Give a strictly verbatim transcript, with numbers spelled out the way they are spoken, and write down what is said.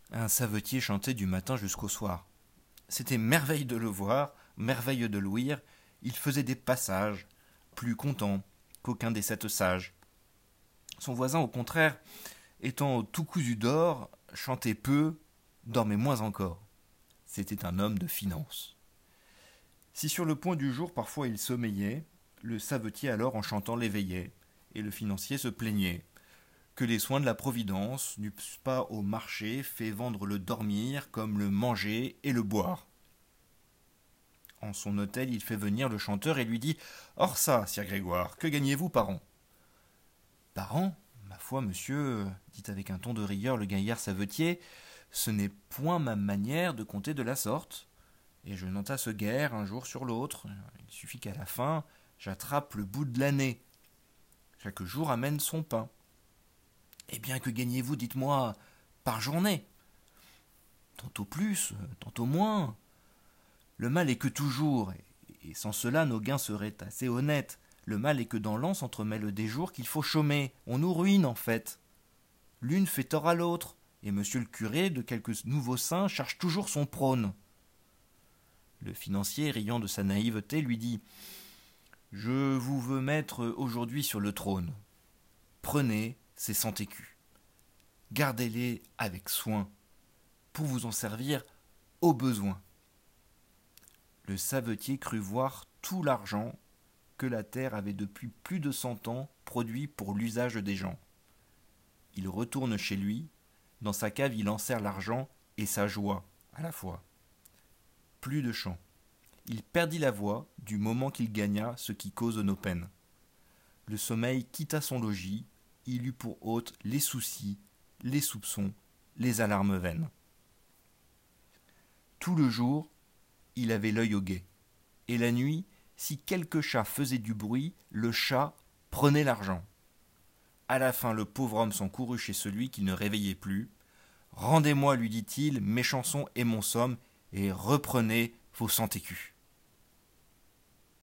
Un savetier chantait du matin jusqu'au soir. C'était merveille de le voir, merveille de l'ouïr. Il faisait des passages, plus content qu'aucun des sept sages. Son voisin, au contraire, étant tout cousu d'or, chantait peu, dormait moins encore. C'était un homme de finance. Si sur le point du jour parfois il sommeillait, le savetier alors en chantant l'éveillait, et le financier se plaignait que les soins de la Providence n'eussent pas au marché fait vendre le dormir comme le manger et le boire. En son hôtel, il fait venir le chanteur et lui dit « Or ça, sire Grégoire, que gagnez-vous par an ?»« Par an, ma foi, monsieur, dit avec un ton de rigueur le gaillard savetier, ce n'est point ma manière de compter de la sorte, et je n'entasse guère un jour sur l'autre. Il suffit qu'à la fin, j'attrape le bout de l'année. Chaque jour amène son pain. Eh bien, que gagnez-vous, dites-moi, par journée ? Tantôt plus, tantôt moins. Le mal est que toujours, et sans cela nos gains seraient assez honnêtes. Le mal est que dans l'an s'entremêlent des jours qu'il faut chômer. On nous ruine, en fait. L'une fait tort à l'autre, et monsieur le curé, de quelques nouveaux saints, cherche toujours son prône. Le financier, riant de sa naïveté, lui dit « Je vous veux mettre aujourd'hui sur le trône. Prenez ces cent écus. Gardez-les avec soin, pour vous en servir au besoin. » Le savetier crut voir tout l'argent que la terre avait depuis plus de cent ans produit pour l'usage des gens. Il retourne chez lui, dans sa cave il enserre l'argent et sa joie à la fois. Plus de chant. Il perdit la voix du moment qu'il gagna ce qui cause nos peines. Le sommeil quitta son logis, il eut pour hôte les soucis, les soupçons, les alarmes vaines. Tout le jour, il avait l'œil au guet. Et la nuit, si quelque chat faisait du bruit, le chat prenait l'argent. À la fin, le pauvre homme s'en courut chez celui qui ne réveillait plus. « Rendez-moi, lui dit-il, mes chansons et mon somme, et reprenez vos cent écus. »